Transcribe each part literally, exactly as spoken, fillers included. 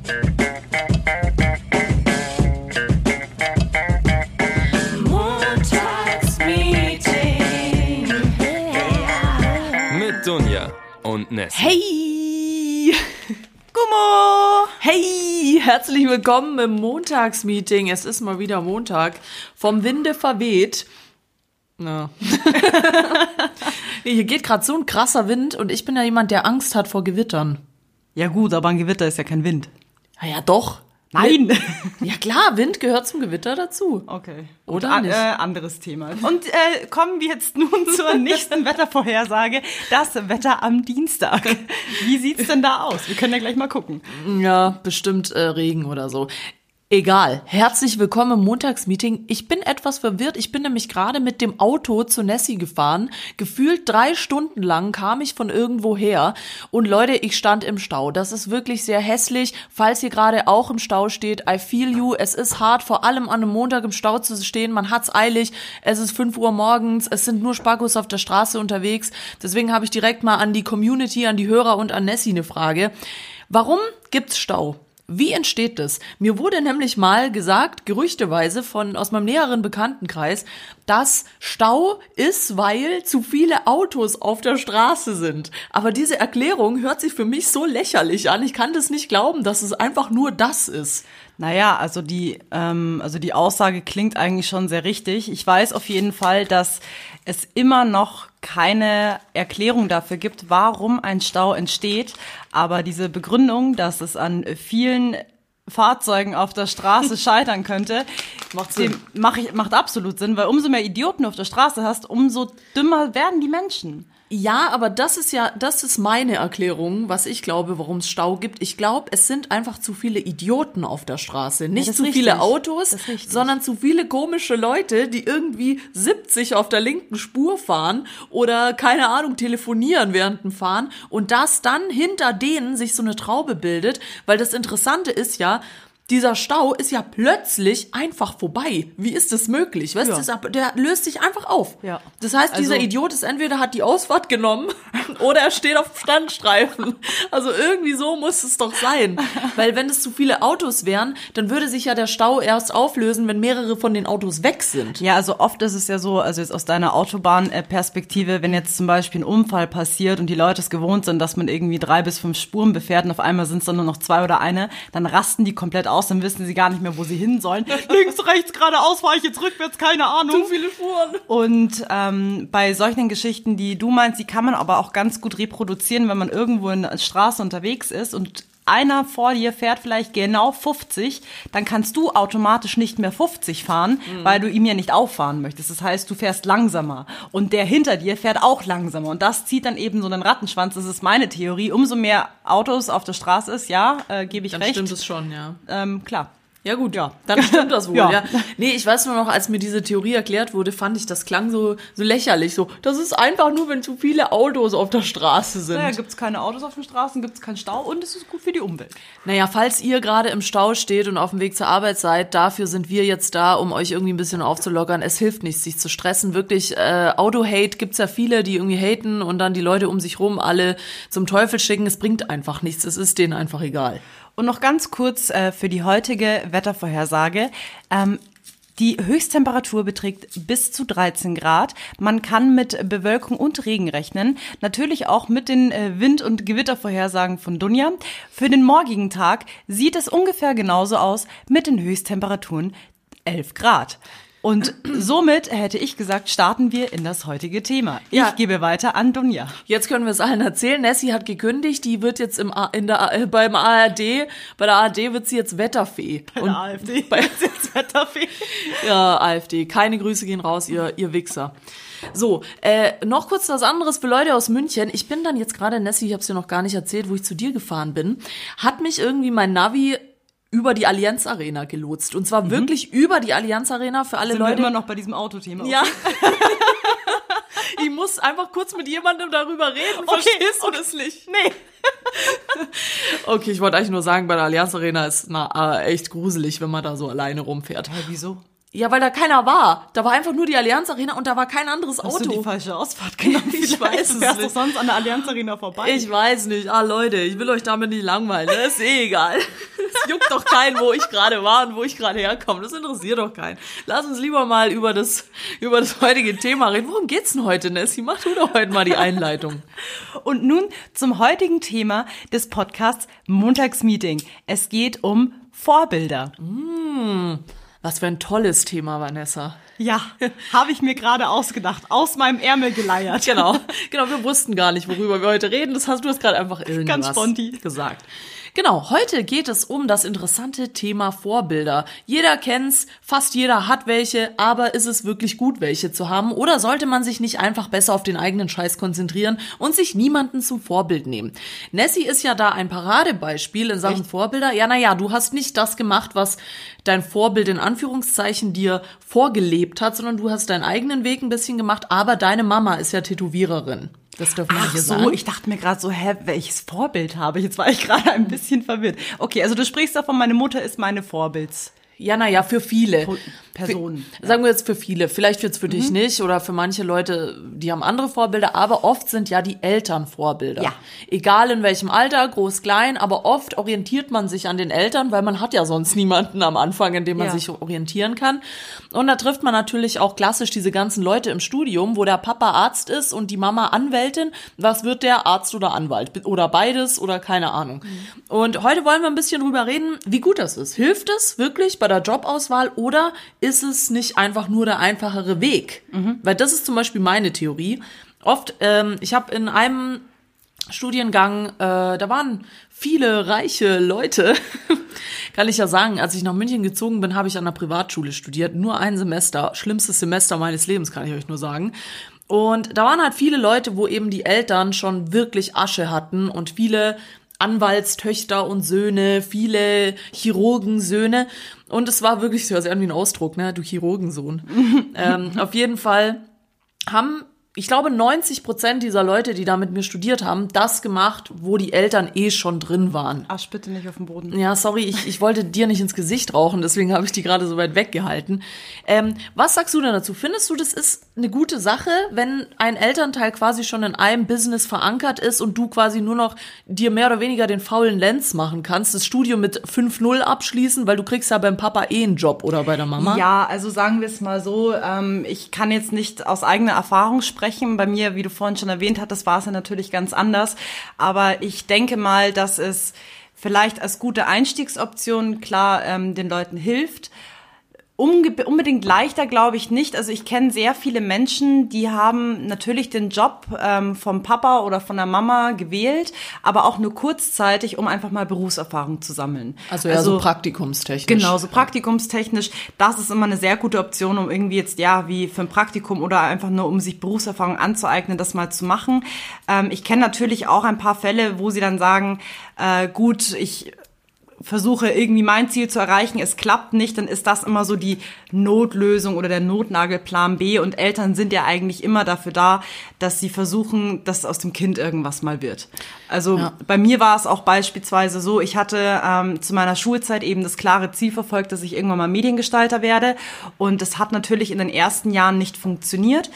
Montagsmeeting mit Dunja und Nessie. Hey! Gummo! Hey! Herzlich willkommen im Montagsmeeting. Es ist mal wieder Montag. Vom Winde verweht. Na. Hier geht gerade so ein krasser Wind und ich bin ja jemand, der Angst hat vor Gewittern. Ja gut, aber ein Gewitter ist ja kein Wind. Na ja, doch. Nein! Ja klar, Wind gehört zum Gewitter dazu. Okay. Oder und, nicht? Äh, anderes Thema. Und äh, kommen wir jetzt nun zur nächsten Wettervorhersage. Das Wetter am Dienstag. Wie sieht's denn da aus? Wir können ja gleich mal gucken. Ja, bestimmt äh, Regen oder so. Egal. Herzlich willkommen im Montagsmeeting. Ich bin etwas verwirrt. Ich bin nämlich gerade mit dem Auto zu Nessie gefahren. Gefühlt drei Stunden lang kam ich von irgendwo her. Und Leute, ich stand im Stau. Das ist wirklich sehr hässlich. Falls ihr gerade auch im Stau steht, I feel you. Es ist hart, vor allem an einem Montag im Stau zu stehen. Man hat's eilig. Es ist fünf Uhr morgens. Es sind nur Spackos auf der Straße unterwegs. Deswegen habe ich direkt mal an die Community, an die Hörer und an Nessie eine Frage. Warum gibt's Stau? Wie entsteht das? Mir wurde nämlich mal gesagt, gerüchteweise von aus meinem näheren Bekanntenkreis, dass Stau ist, weil zu viele Autos auf der Straße sind. Aber diese Erklärung hört sich für mich so lächerlich an. Ich kann das nicht glauben, dass es einfach nur das ist. Naja, also die, ähm, also die Aussage klingt eigentlich schon sehr richtig. Ich weiß auf jeden Fall, dass es immer noch keine Erklärung dafür gibt, warum ein Stau entsteht. Aber diese Begründung, dass es an vielen Fahrzeugen auf der Straße scheitern könnte, macht Sinn. Macht, macht absolut Sinn, weil umso mehr Idioten du auf der Straße hast, umso dümmer werden die Menschen. Ja, aber das ist ja, das ist meine Erklärung, was ich glaube, warum es Stau gibt. Ich glaube, es sind einfach zu viele Idioten auf der Straße. Nicht ja, zu richtig. viele Autos, richtig. sondern zu viele komische Leute, die irgendwie siebzig auf der linken Spur fahren oder, keine Ahnung, telefonieren während dem Fahren und das dann hinter denen sich so eine Traube bildet, weil das Interessante ist ja, dieser Stau ist ja plötzlich einfach vorbei. Wie ist das möglich? Weißt ja. du, der löst sich einfach auf. Ja. Das heißt, also, dieser Idiot ist entweder hat die Ausfahrt genommen oder er steht auf dem Standstreifen. Also irgendwie so muss es doch sein. Weil wenn es zu viele Autos wären, dann würde sich ja der Stau erst auflösen, wenn mehrere von den Autos weg sind. Ja, also oft ist es ja so, also jetzt aus deiner Autobahnperspektive, wenn jetzt zum Beispiel ein Unfall passiert und die Leute es gewohnt sind, dass man irgendwie drei bis fünf Spuren befährt und auf einmal sind es dann nur noch zwei oder eine, dann rasten die komplett aus. Dann wissen sie gar nicht mehr, wo sie hin sollen. Links, rechts, geradeaus, fahre ich jetzt rückwärts, keine Ahnung. Zu viele Spuren. Und ähm, bei solchen Geschichten, die du meinst, die kann man aber auch ganz gut reproduzieren, wenn man irgendwo in der Straße unterwegs ist und einer vor dir fährt vielleicht genau fünfzig, dann kannst du automatisch nicht mehr fünfzig fahren, mhm. weil du ihm ja nicht auffahren möchtest. Das heißt, du fährst langsamer und der hinter dir fährt auch langsamer und das zieht dann eben so einen Rattenschwanz. Das ist meine Theorie. Umso mehr Autos auf der Straße ist, ja, äh, gebe ich dann recht. Dann stimmt es schon, ja. Ähm, klar. Ja gut, ja, dann stimmt das wohl, ja. ja. Nee, ich weiß nur noch, als mir diese Theorie erklärt wurde, fand ich, das klang so so lächerlich. So, das ist einfach nur, wenn zu viele Autos auf der Straße sind. Naja, gibt's keine Autos auf den Straßen, gibt's keinen Stau und es ist gut für die Umwelt. Naja, falls ihr gerade im Stau steht und auf dem Weg zur Arbeit seid, dafür sind wir jetzt da, um euch irgendwie ein bisschen aufzulockern. Es hilft nichts, sich zu stressen. Wirklich, äh, Auto-Hate gibt's ja viele, die irgendwie haten und dann die Leute um sich rum alle zum Teufel schicken. Es bringt einfach nichts, es ist denen einfach egal. Und noch ganz kurz äh, für die heutige Wettervorhersage. Ähm, die Höchsttemperatur beträgt bis zu dreizehn Grad. Man kann mit Bewölkung und Regen rechnen. Natürlich auch mit den äh, Wind- und Gewittervorhersagen von Dunja. Für den morgigen Tag sieht es ungefähr genauso aus mit den Höchsttemperaturen elf Grad. Und somit hätte ich gesagt, starten wir in das heutige Thema. Ich ja. gebe weiter an Dunja. Jetzt können wir es allen erzählen. Nessie hat gekündigt, die wird jetzt im A- in der äh, beim A R D, bei der A R D wird sie jetzt Wetterfee. Bei Und der AfD bei ist jetzt Wetterfee. Ja, AfD. Keine Grüße gehen raus, ihr ihr Wichser. So, äh, noch kurz was anderes für Leute aus München. Ich bin dann jetzt gerade, Nessie, ich habe es dir noch gar nicht erzählt, wo ich zu dir gefahren bin, hat mich irgendwie mein Navi über die Allianz Arena gelotst. Und zwar mhm. wirklich über die Allianz Arena für alle Sind Leute. Wir immer noch bei diesem Autothema. Ja. Ich muss einfach kurz mit jemandem darüber reden. Okay, Verstehst okay. du das nicht? Nee. Okay, ich wollte eigentlich nur sagen, bei der Allianz Arena ist na, äh, echt gruselig, wenn man da so alleine rumfährt. Ja, wieso? Ja, weil da keiner war. Da war einfach nur die Allianz Arena und da war kein anderes Auto. Hast du die falsche Ausfahrt genommen? Ich weiß es Fährst nicht. du sonst an der Allianz Arena vorbei? Ich weiß nicht. Ah, Leute, ich will euch damit nicht langweilen. Das ist eh egal. Es juckt doch keinen, wo ich gerade war und wo ich gerade herkomme. Das interessiert doch keinen. Lass uns lieber mal über das, über das heutige Thema reden. Worum geht's denn heute, Nessie? Mach du doch heute mal die Einleitung. Und nun zum heutigen Thema des Podcasts Montagsmeeting. Es geht um Vorbilder. Mmh, was für ein tolles Thema, Vanessa. Ja, habe ich mir gerade ausgedacht, aus meinem Ärmel geleiert. Genau, genau, wir wussten gar nicht, worüber wir heute reden. Das hast du jetzt gerade einfach irgendwas Ganz sponti gesagt. Genau, heute geht es um das interessante Thema Vorbilder. Jeder kennt's, fast jeder hat welche, aber ist es wirklich gut, welche zu haben? Oder sollte man sich nicht einfach besser auf den eigenen Scheiß konzentrieren und sich niemanden zum Vorbild nehmen? Nessie ist ja da ein Paradebeispiel in Sachen Echt? Vorbilder. Ja, naja, du hast nicht das gemacht, was dein Vorbild in Anführungszeichen dir vorgelebt hat, sondern du hast deinen eigenen Weg ein bisschen gemacht, aber deine Mama ist ja Tätowiererin. Das dürfen wir Ach hier so, sagen. Ich dachte mir gerade so, hä, welches Vorbild habe ich? Jetzt war ich gerade ein bisschen verwirrt. Okay, also du sprichst davon, meine Mutter ist meine Vorbilds. Ja, naja, für viele Personen. Für, sagen wir jetzt für viele. Vielleicht jetzt für mhm. dich nicht oder für manche Leute, die haben andere Vorbilder, aber oft sind ja die Eltern Vorbilder. Ja. Egal in welchem Alter, groß, klein, aber oft orientiert man sich an den Eltern, weil man hat ja sonst niemanden am Anfang, an dem man ja. sich orientieren kann. Und da trifft man natürlich auch klassisch diese ganzen Leute im Studium, wo der Papa Arzt ist und die Mama Anwältin. Was wird der, Arzt oder Anwalt? Oder beides oder keine Ahnung. Mhm. Und heute wollen wir ein bisschen drüber reden, wie gut das ist. Hilft es wirklich bei der Jobauswahl oder ist es nicht einfach nur der einfachere Weg? Mhm. Weil das ist zum Beispiel meine Theorie. Oft, ähm, ich habe in einem Studiengang, äh, da waren viele reiche Leute, kann ich ja sagen, als ich nach München gezogen bin, habe ich an einer Privatschule studiert, nur ein Semester, schlimmstes Semester meines Lebens, kann ich euch nur sagen. Und da waren halt viele Leute, wo eben die Eltern schon wirklich Asche hatten und viele Anwaltstöchter und Söhne, viele Chirurgensöhne. Und es war wirklich so, also irgendwie ein Ausdruck, ne, du Chirurgensohn. ähm, auf jeden Fall haben, ich glaube, neunzig Prozent dieser Leute, die da mit mir studiert haben, das gemacht, wo die Eltern eh schon drin waren. Arsch bitte nicht auf dem Boden. Ja, sorry, ich, ich wollte dir nicht ins Gesicht rauchen, deswegen habe ich die gerade so weit weggehalten. Ähm, was sagst du denn dazu? Findest du, das ist eine gute Sache, wenn ein Elternteil quasi schon in einem Business verankert ist und du quasi nur noch dir mehr oder weniger den faulen Lenz machen kannst, das Studium mit fünf null abschließen, weil du kriegst ja beim Papa eh einen Job oder bei der Mama? Ja, also sagen wir es mal so, ähm, ich kann jetzt nicht aus eigener Erfahrung sprechen. Bei mir, wie du vorhin schon erwähnt hattest, war es ja natürlich ganz anders. Aber ich denke mal, dass es vielleicht als gute Einstiegsoption klar ähm, den Leuten hilft. Umge- unbedingt leichter glaube ich nicht. Also ich kenne sehr viele Menschen, die haben natürlich den Job ähm, vom Papa oder von der Mama gewählt, aber auch nur kurzzeitig, um einfach mal Berufserfahrung zu sammeln. Also ja, also, so praktikumstechnisch. Genau, so praktikumstechnisch. Das ist immer eine sehr gute Option, um irgendwie jetzt, ja, wie für ein Praktikum oder einfach nur, um sich Berufserfahrung anzueignen, das mal zu machen. Ähm, ich kenne natürlich auch ein paar Fälle, wo sie dann sagen, äh, gut, ich versuche irgendwie mein Ziel zu erreichen, es klappt nicht, dann ist das immer so die Notlösung oder der Notnagelplan B und Eltern sind ja eigentlich immer dafür da, dass sie versuchen, dass aus dem Kind irgendwas mal wird. Also ja. Bei mir war es auch beispielsweise so, ich hatte ähm, zu meiner Schulzeit eben das klare Ziel verfolgt, dass ich irgendwann mal Mediengestalter werde und das hat natürlich in den ersten Jahren nicht funktioniert.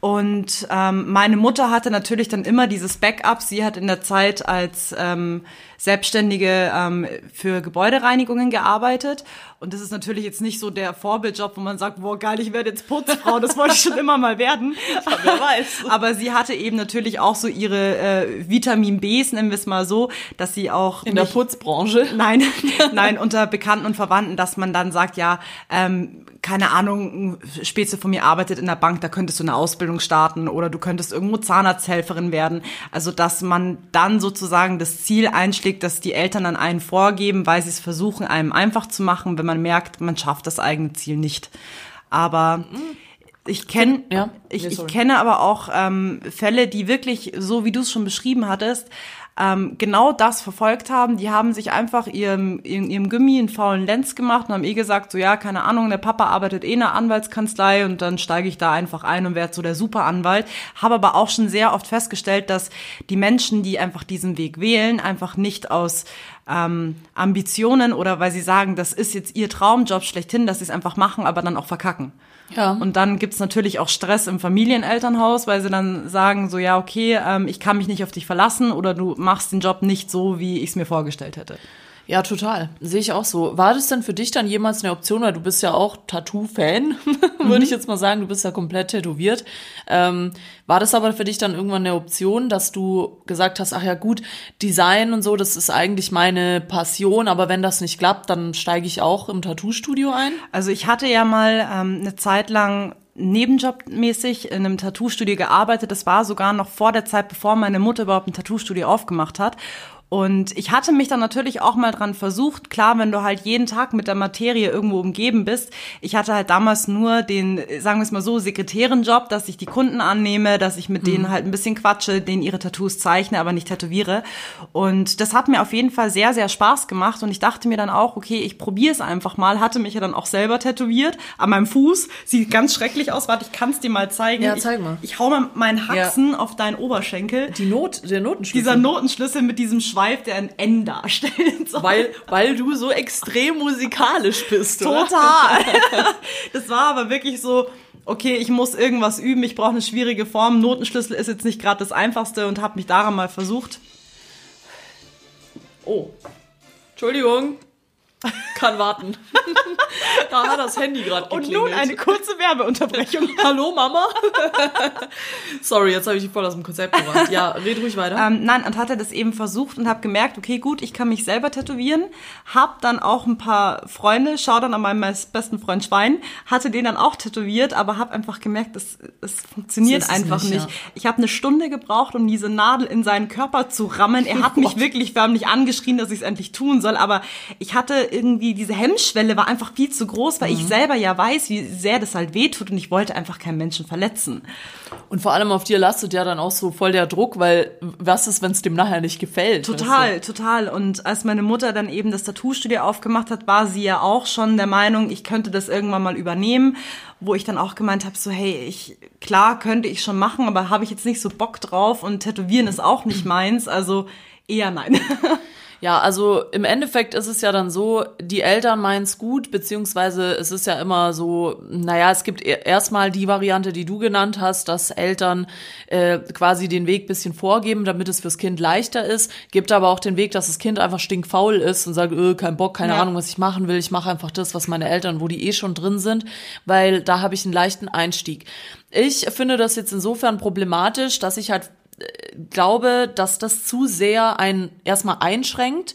Und ähm, meine Mutter hatte natürlich dann immer dieses Backup. Sie hat in der Zeit als ähm, Selbstständige ähm, für Gebäudereinigungen gearbeitet. Und das ist natürlich jetzt nicht so der Vorbildjob, wo man sagt, boah, geil, ich werde jetzt Putzfrau, das wollte ich schon immer mal werden. Aber wer weiß. Aber sie hatte eben natürlich auch so ihre äh, Vitamin Bs, nennen wir es mal so, dass sie auch in der Putzbranche? Nein, nein, unter Bekannten und Verwandten, dass man dann sagt, ja, ähm, keine Ahnung, ein Spezi von mir arbeitet in der Bank, da könntest du eine Ausbildung starten oder du könntest irgendwo Zahnarzthelferin werden. Also, dass man dann sozusagen das Ziel einschlägt, dass die Eltern an einen vorgeben, weil sie es versuchen, einem einfach zu machen, wenn man merkt, man schafft das eigene Ziel nicht. Aber ich kenne, ja, ich, nee, ich kenne aber auch ähm, Fälle, die wirklich, so wie du es schon beschrieben hattest, ähm, genau das verfolgt haben. Die haben sich einfach ihrem, in ihrem Gummi einen faulen Lenz gemacht und haben eh gesagt, so ja, keine Ahnung, der Papa arbeitet eh in einer Anwaltskanzlei und dann steige ich da einfach ein und werde so der Superanwalt. Habe aber auch schon sehr oft festgestellt, dass die Menschen, die einfach diesen Weg wählen, einfach nicht aus ähm, Ambitionen oder weil sie sagen, das ist jetzt ihr Traumjob schlechthin, dass sie es einfach machen, aber dann auch verkacken. Ja. Und dann gibt's natürlich auch Stress im Familienelternhaus, weil sie dann sagen, so ja, okay, ähm, ich kann mich nicht auf dich verlassen oder du machst den Job nicht so, wie ich es mir vorgestellt hätte. Ja, total. Sehe ich auch so. War das denn für dich dann jemals eine Option, weil du bist ja auch Tattoo-Fan, würde ich jetzt mal sagen, du bist ja komplett tätowiert. Ähm, war das aber für dich dann irgendwann eine Option, dass du gesagt hast, ach ja gut, Design und so, das ist eigentlich meine Passion, aber wenn das nicht klappt, dann steige ich auch im Tattoo-Studio ein? Also ich hatte ja mal ähm, eine Zeit lang nebenjobmäßig in einem Tattoo-Studio gearbeitet. Das war sogar noch vor der Zeit, bevor meine Mutter überhaupt ein Tattoo-Studio aufgemacht hat. Und ich hatte mich dann natürlich auch mal dran versucht. Klar, wenn du halt jeden Tag mit der Materie irgendwo umgeben bist. Ich hatte halt damals nur den, sagen wir es mal so, Sekretärenjob, dass ich die Kunden annehme, dass ich mit mhm. denen halt ein bisschen quatsche, denen ihre Tattoos zeichne, aber nicht tätowiere. Und das hat mir auf jeden Fall sehr, sehr Spaß gemacht. Und ich dachte mir dann auch, okay, ich probiere es einfach mal. Hatte mich ja dann auch selber tätowiert an meinem Fuß. Sieht ganz schrecklich aus. Warte, ich kann es dir mal zeigen. Ja, zeig mal. Ich, ich hau mal meinen Haxen ja. auf deinen Oberschenkel. Die Not, der Notenschlüssel. Dieser Notenschlüssel mit diesem Schweif, der ein N darstellt. So. Weil, weil du so extrem musikalisch bist, oder? Total. Das war aber wirklich so, okay, ich muss irgendwas üben, ich brauche eine schwierige Form. Notenschlüssel ist jetzt nicht gerade das Einfachste und habe mich daran mal versucht. Oh, Entschuldigung. Kann warten. Da hat das Handy gerade geklingelt. Und nun eine kurze Werbeunterbrechung. Hallo, Mama? Sorry, jetzt habe ich dich voll aus dem Konzept gebracht. Ja, red ruhig weiter. Ähm, nein, und hatte das eben versucht und habe gemerkt, okay, gut, ich kann mich selber tätowieren. Hab dann auch ein paar Freunde, schau dann an meinem besten Freund Schwein, hatte den dann auch tätowiert, aber habe einfach gemerkt, es, es funktioniert das einfach nicht. nicht. Ja. Ich habe eine Stunde gebraucht, um diese Nadel in seinen Körper zu rammen. Er hat mich wirklich förmlich angeschrien, dass ich es endlich tun soll, aber ich hatte irgendwie, diese Hemmschwelle war einfach viel zu groß, weil mhm. ich selber ja weiß, wie sehr das halt wehtut und ich wollte einfach keinen Menschen verletzen. Und vor allem auf dir lastet ja dann auch so voll der Druck, weil was ist, wenn es dem nachher nicht gefällt? Total, weißt du? total. Und als meine Mutter dann eben das Tattoo-Studio aufgemacht hat, war sie ja auch schon der Meinung, ich könnte das irgendwann mal übernehmen, wo ich dann auch gemeint habe, so hey, ich klar könnte ich schon machen, aber habe ich jetzt nicht so Bock drauf und Tätowieren ist auch nicht meins, also eher nein. Ja, also im Endeffekt ist es ja dann so, die Eltern meinen es gut, beziehungsweise es ist ja immer so, naja, es gibt erstmal die Variante, die du genannt hast, dass Eltern äh, quasi den Weg bisschen vorgeben, damit es fürs Kind leichter ist, gibt aber auch den Weg, dass das Kind einfach stinkfaul ist und sagt, öh, kein Bock, keine ja. Ahnung, was ich machen will, ich mache einfach das, was meine Eltern, wo die eh schon drin sind, weil da habe ich einen leichten Einstieg. Ich finde das jetzt insofern problematisch, dass ich halt glaube, dass das zu sehr einen erstmal einschränkt,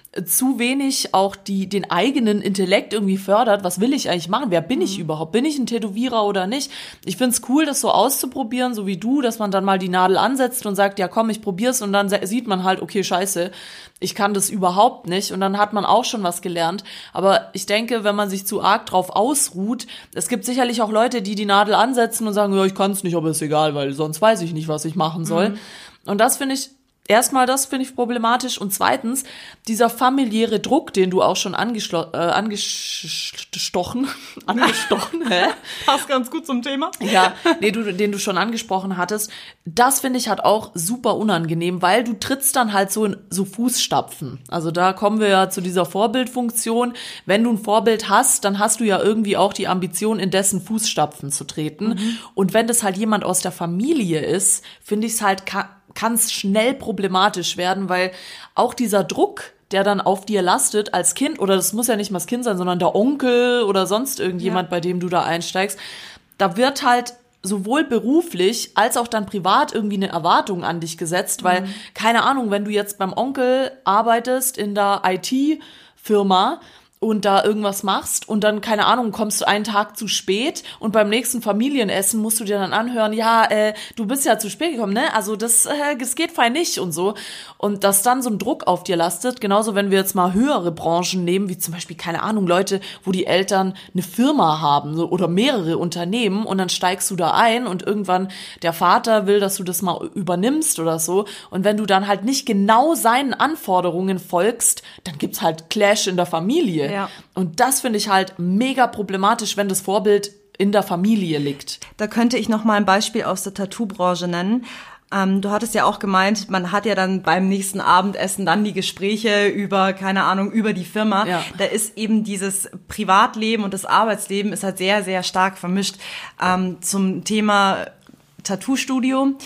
zu wenig auch die den eigenen Intellekt irgendwie fördert. Was will ich eigentlich machen? Wer bin ich überhaupt? Bin ich ein Tätowierer oder nicht? Ich find's cool, das so auszuprobieren, so wie du, dass man dann mal die Nadel ansetzt und sagt, ja komm, ich probier's und dann sieht man halt, okay, scheiße, ich kann das überhaupt nicht und dann hat man auch schon was gelernt. Aber ich denke, wenn man sich zu arg drauf ausruht, es gibt sicherlich auch Leute, die die Nadel ansetzen und sagen, ja, ich kann's nicht, aber ist egal, weil sonst weiß ich nicht, was ich machen soll. Mhm. Und das finde ich Erstmal, das finde ich problematisch und zweitens, dieser familiäre Druck, den du auch schon angeschlo- äh, angestochen, angestochen, hä? Passt ganz gut zum Thema. Ja, nee, du, den du schon angesprochen hattest, das finde ich halt auch super unangenehm, weil du trittst dann halt so in so Fußstapfen. Also da kommen wir ja zu dieser Vorbildfunktion. Wenn du ein Vorbild hast, dann hast du ja irgendwie auch die Ambition, in dessen Fußstapfen zu treten. Mhm. Und wenn das halt jemand aus der Familie ist, finde ich es halt ka- kann es schnell problematisch werden, weil auch dieser Druck, der dann auf dir lastet als Kind, oder das muss ja nicht mal das Kind sein, sondern der Onkel oder sonst irgendjemand, ja. bei dem du da einsteigst, da wird halt sowohl beruflich als auch dann privat irgendwie eine Erwartung an dich gesetzt, weil, mhm. keine Ahnung, wenn du jetzt beim Onkel arbeitest in der I T-Firma, und da irgendwas machst und dann, keine Ahnung, kommst du einen Tag zu spät und beim nächsten Familienessen musst du dir dann anhören, ja, äh, du bist ja zu spät gekommen, ne? Also das, äh, das geht fein nicht und so. Und dass dann so ein Druck auf dir lastet, genauso wenn wir jetzt mal höhere Branchen nehmen, wie zum Beispiel, keine Ahnung, Leute, wo die Eltern eine Firma haben so, oder mehrere Unternehmen und dann steigst du da ein und irgendwann der Vater will, dass du das mal übernimmst oder so und wenn du dann halt nicht genau seinen Anforderungen folgst, dann gibt's halt Clash in der Familie. Ja. Und das finde ich halt mega problematisch, wenn das Vorbild in der Familie liegt. Da könnte ich noch mal ein Beispiel aus der Tattoo-Branche nennen. Ähm, du hattest ja auch gemeint, man hat ja dann beim nächsten Abendessen dann die Gespräche über, keine Ahnung, über die Firma. Ja. Da ist eben dieses Privatleben und das Arbeitsleben ist halt sehr, sehr stark vermischt. Ähm, zum Thema Tattoo-Studio.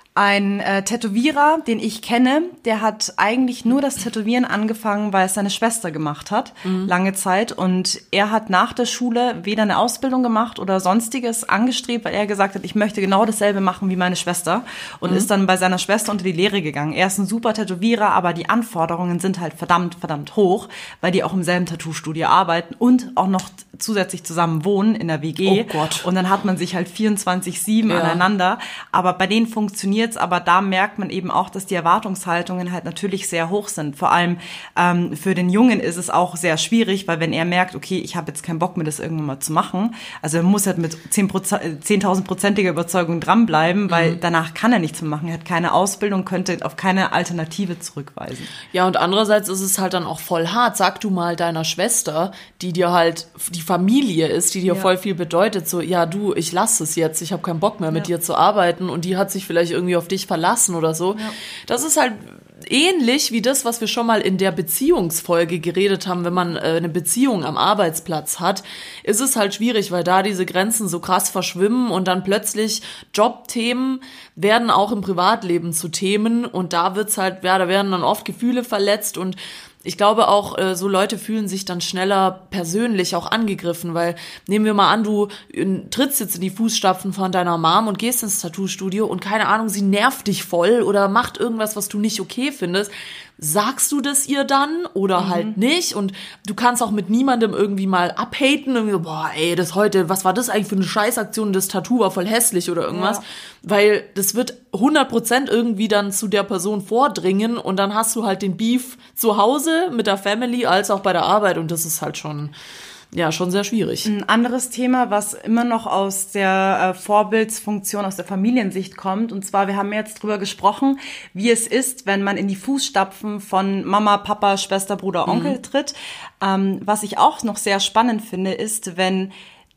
Ein äh, Tätowierer, den ich kenne, der hat eigentlich nur das Tätowieren angefangen, weil es seine Schwester gemacht hat, mhm. lange Zeit. Und er hat nach der Schule weder eine Ausbildung gemacht oder sonstiges angestrebt, weil er gesagt hat, ich möchte genau dasselbe machen wie meine Schwester. Und mhm. ist dann bei seiner Schwester unter die Lehre gegangen. Er ist ein super Tätowierer, aber die Anforderungen sind halt verdammt, verdammt hoch, weil die auch im selben Tattoo-Studio arbeiten und auch noch zusätzlich zusammen wohnen in der W G. Oh Gott. Und dann hat man sich halt vierundzwanzig sieben Ja. aneinander. Aber bei denen funktioniert aber da merkt man eben auch, dass die Erwartungshaltungen halt natürlich sehr hoch sind. Vor allem ähm, für den Jungen ist es auch sehr schwierig, weil wenn er merkt, okay, ich habe jetzt keinen Bock mehr, das irgendwann mal zu machen, also er muss halt mit zehntausend-prozentiger Überzeugung dranbleiben, weil mhm. danach kann er nichts mehr machen. Er hat keine Ausbildung, könnte auf keine Alternative zurückweisen. Ja, und andererseits ist es halt dann auch voll hart. Sag du mal deiner Schwester, die dir halt die Familie ist, die dir Ja. voll viel bedeutet, so, ja du, ich lasse es jetzt, ich habe keinen Bock mehr mit Ja. dir zu arbeiten und die hat sich vielleicht irgendwie auf dich verlassen oder so. Ja. Das ist halt ähnlich wie das, was wir schon mal in der Beziehungsfolge geredet haben, wenn man äh, eine Beziehung am Arbeitsplatz hat, ist es halt schwierig, weil da diese Grenzen so krass verschwimmen und dann plötzlich Jobthemen werden auch im Privatleben zu Themen und da wird's halt, ja, da werden dann oft Gefühle verletzt und ich glaube auch, äh, so Leute fühlen sich dann schneller persönlich auch angegriffen, weil nehmen wir mal an, du äh, trittst jetzt in die Fußstapfen von deiner Mom und gehst ins Tattoo-Studio und keine Ahnung, sie nervt dich voll oder macht irgendwas, was du nicht okay findest. Sagst du das ihr dann oder mhm. halt nicht? Und du kannst auch mit niemandem irgendwie mal abhaten, irgendwie so, boah, ey, das heute, was war das eigentlich für eine Scheißaktion, das Tattoo war voll hässlich oder irgendwas. Ja. Weil das wird hundert Prozent irgendwie dann zu der Person vordringen und dann hast du halt den Beef zu Hause mit der Family als auch bei der Arbeit und das ist halt schon... Ja, schon sehr schwierig. Ein anderes Thema, was immer noch aus der äh, Vorbildsfunktion, aus der Familiensicht kommt, und zwar, wir haben jetzt drüber gesprochen, wie es ist, wenn man in die Fußstapfen von Mama, Papa, Schwester, Bruder, Onkel mhm. tritt. Ähm, was ich auch noch sehr spannend finde, ist, wenn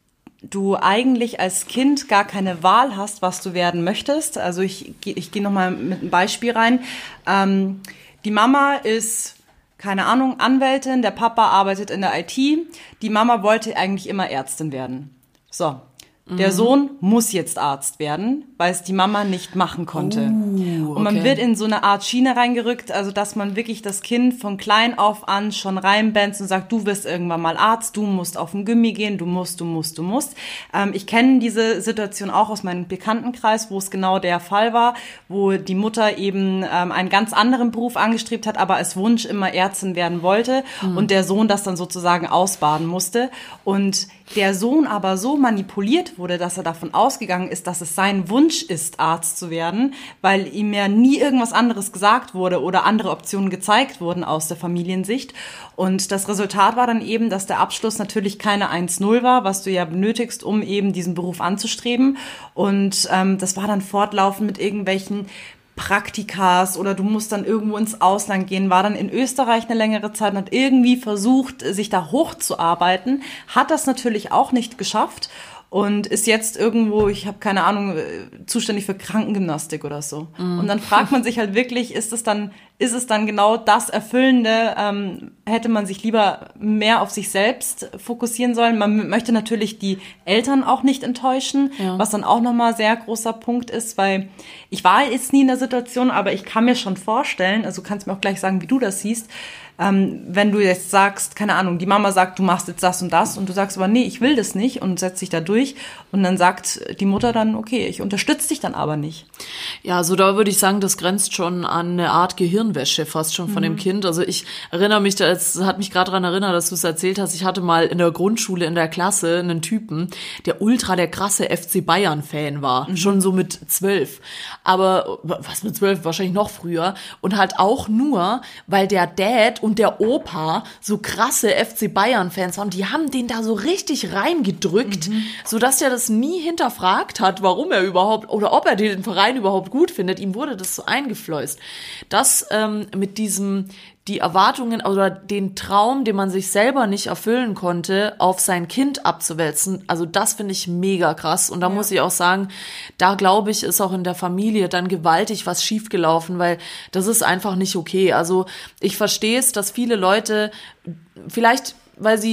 du eigentlich als Kind gar keine Wahl hast, was du werden möchtest. Also ich, ich gehe nochmal mit einem Beispiel rein. Ähm, die Mama ist... keine Ahnung, Anwältin, der Papa arbeitet in der I T, die Mama wollte eigentlich immer Ärztin werden. So, der mhm. Sohn muss jetzt Arzt werden, weil es die Mama nicht machen konnte. Uh, okay. Und man wird in so eine Art Schiene reingerückt, also dass man wirklich das Kind von klein auf an schon reinbänzt und sagt, du wirst irgendwann mal Arzt, du musst auf den Gymi gehen, du musst, du musst, du musst. Ähm, ich kenne diese Situation auch aus meinem Bekanntenkreis, wo es genau der Fall war, wo die Mutter eben ähm, einen ganz anderen Beruf angestrebt hat, aber als Wunsch immer Ärztin werden wollte mhm. und der Sohn das dann sozusagen ausbaden musste. Und der Sohn aber so manipuliert wurde, dass er davon ausgegangen ist, dass es sein Wunsch ist, Arzt zu werden, weil ihm ja nie irgendwas anderes gesagt wurde oder andere Optionen gezeigt wurden aus der Familiensicht. Und das Resultat war dann eben, dass der Abschluss natürlich keine eins null war, was du ja benötigst, um eben diesen Beruf anzustreben. Und ähm, das war dann fortlaufend mit irgendwelchen Praktikas oder du musst dann irgendwo ins Ausland gehen, war dann in Österreich eine längere Zeit und hat irgendwie versucht, sich da hochzuarbeiten, hat das natürlich auch nicht geschafft und ist jetzt irgendwo, ich habe keine Ahnung, zuständig für Krankengymnastik oder so. Mhm. Und dann fragt man sich halt wirklich, ist es dann, ist es dann genau das Erfüllende? Ähm, hätte man sich lieber mehr auf sich selbst fokussieren sollen? Man möchte natürlich die Eltern auch nicht enttäuschen, ja. was dann auch nochmal sehr großer Punkt ist, weil ich war jetzt nie in der Situation, aber ich kann mir schon vorstellen, also du kannst mir auch gleich sagen, wie du das siehst, Ähm, wenn du jetzt sagst, keine Ahnung, die Mama sagt, du machst jetzt das und das und du sagst aber, nee, ich will das nicht und setzt dich da durch und dann sagt die Mutter dann, okay, ich unterstütze dich dann aber nicht. Ja, also da würde ich sagen, das grenzt schon an eine Art Gehirnwäsche fast schon von mhm. dem Kind. Also ich erinnere mich, das hat mich gerade daran erinnert, dass du es erzählt hast, ich hatte mal in der Grundschule in der Klasse einen Typen, der ultra der krasse F C Bayern-Fan war, mhm. schon so mit zwölf. Aber was mit zwölf, wahrscheinlich noch früher und halt auch nur, weil der Dad und der Opa so krasse F C Bayern-Fans waren. Die haben den da so richtig reingedrückt, mhm. sodass der das nie hinterfragt hat, warum er überhaupt oder ob er den Verein überhaupt gut findet. Ihm wurde das so eingeflößt. Das ähm, mit diesem die Erwartungen oder den Traum, den man sich selber nicht erfüllen konnte, auf sein Kind abzuwälzen, also das finde ich mega krass. Und da ja. muss ich auch sagen, da glaube ich, ist auch in der Familie dann gewaltig was schiefgelaufen, weil das ist einfach nicht okay. Also ich verstehe es, dass viele Leute vielleicht, weil sie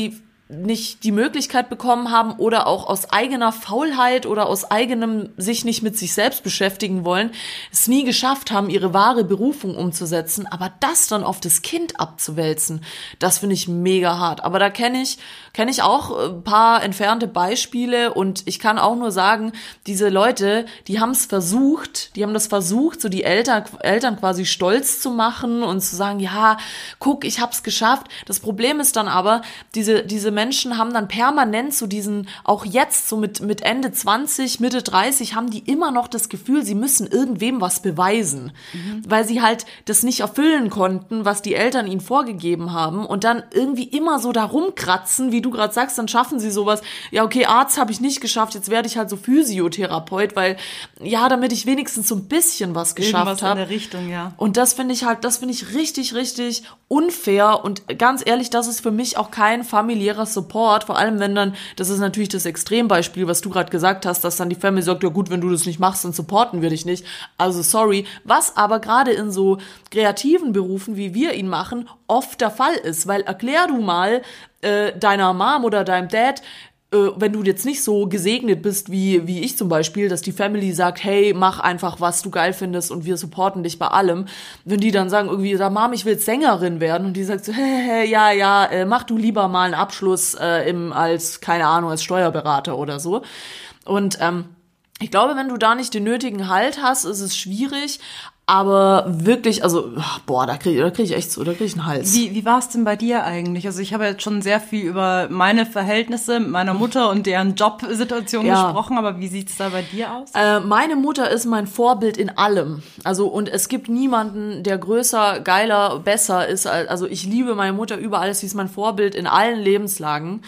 nicht die Möglichkeit bekommen haben oder auch aus eigener Faulheit oder aus eigenem sich nicht mit sich selbst beschäftigen wollen, es nie geschafft haben, ihre wahre Berufung umzusetzen, aber das dann auf das Kind abzuwälzen, das finde ich mega hart. Aber da kenne ich, kenne ich auch ein paar entfernte Beispiele und ich kann auch nur sagen, diese Leute, die haben es versucht, die haben das versucht, so die Eltern, Eltern quasi stolz zu machen und zu sagen, ja, guck, ich hab's geschafft. Das Problem ist dann aber, diese, diese Menschen haben dann permanent so diesen, auch jetzt so mit, mit Ende zwanzig, Mitte dreißig, haben die immer noch das Gefühl, sie müssen irgendwem was beweisen, mhm. weil sie halt das nicht erfüllen konnten, was die Eltern ihnen vorgegeben haben und dann irgendwie immer so da rumkratzen, wie du gerade sagst, dann schaffen sie sowas, ja okay, Arzt habe ich nicht geschafft, jetzt werde ich halt so Physiotherapeut, weil, ja, damit ich wenigstens so ein bisschen was geschafft habe. In der Richtung, ja. Und das finde ich halt, das finde ich richtig, richtig unfair und ganz ehrlich, das ist für mich auch kein familiärer Support, vor allem wenn dann, das ist natürlich das Extrembeispiel, was du gerade gesagt hast, dass dann die Family sagt, ja gut, wenn du das nicht machst, dann supporten wir dich nicht. Also sorry, was aber gerade in so kreativen Berufen, wie wir ihn machen, oft der Fall ist, weil erklär du mal äh, deiner Mom oder deinem Dad, wenn du jetzt nicht so gesegnet bist, wie wie ich zum Beispiel, dass die Family sagt, hey, mach einfach, was du geil findest und wir supporten dich bei allem. Wenn die dann sagen irgendwie, Mom, ich will jetzt Sängerin werden und die sagt so, hey, hey, ja, ja, äh, mach du lieber mal einen Abschluss äh, im als, keine Ahnung, als Steuerberater oder so. Und ähm, ich glaube, wenn du da nicht den nötigen Halt hast, ist es schwierig. Aber wirklich, also, boah, da kriege da krieg ich echt so, da kriege ich einen Hals. Wie, wie war es denn bei dir eigentlich? Also ich habe jetzt schon sehr viel über meine Verhältnisse mit meiner Mutter und deren Jobsituation ja. gesprochen, aber wie sieht's da bei dir aus? Äh, meine Mutter ist mein Vorbild in allem. Also und es gibt niemanden, der größer, geiler, besser ist. Also ich liebe meine Mutter über alles, sie ist mein Vorbild in allen Lebenslagen.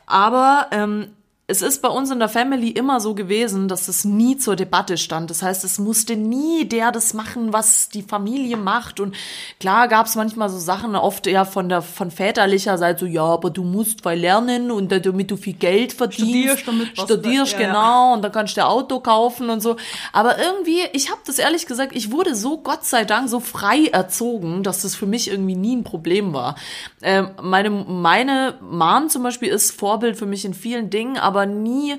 Aber ähm, es ist bei uns in der Family immer so gewesen, dass es nie zur Debatte stand. Das heißt, es musste nie der das machen, was die Familie macht. Und klar gab es manchmal so Sachen, oft eher von der von väterlicher Seite, so ja, aber du musst weil lernen und damit du viel Geld verdienst. Studierst damit was. Studierst, ja, genau, und dann kannst du ein Auto kaufen und so. Aber irgendwie, ich habe das ehrlich gesagt, ich wurde so, Gott sei Dank, so frei erzogen, dass das für mich irgendwie nie ein Problem war. Ähm, meine, meine Mom zum Beispiel ist Vorbild für mich in vielen Dingen, aber aber nie,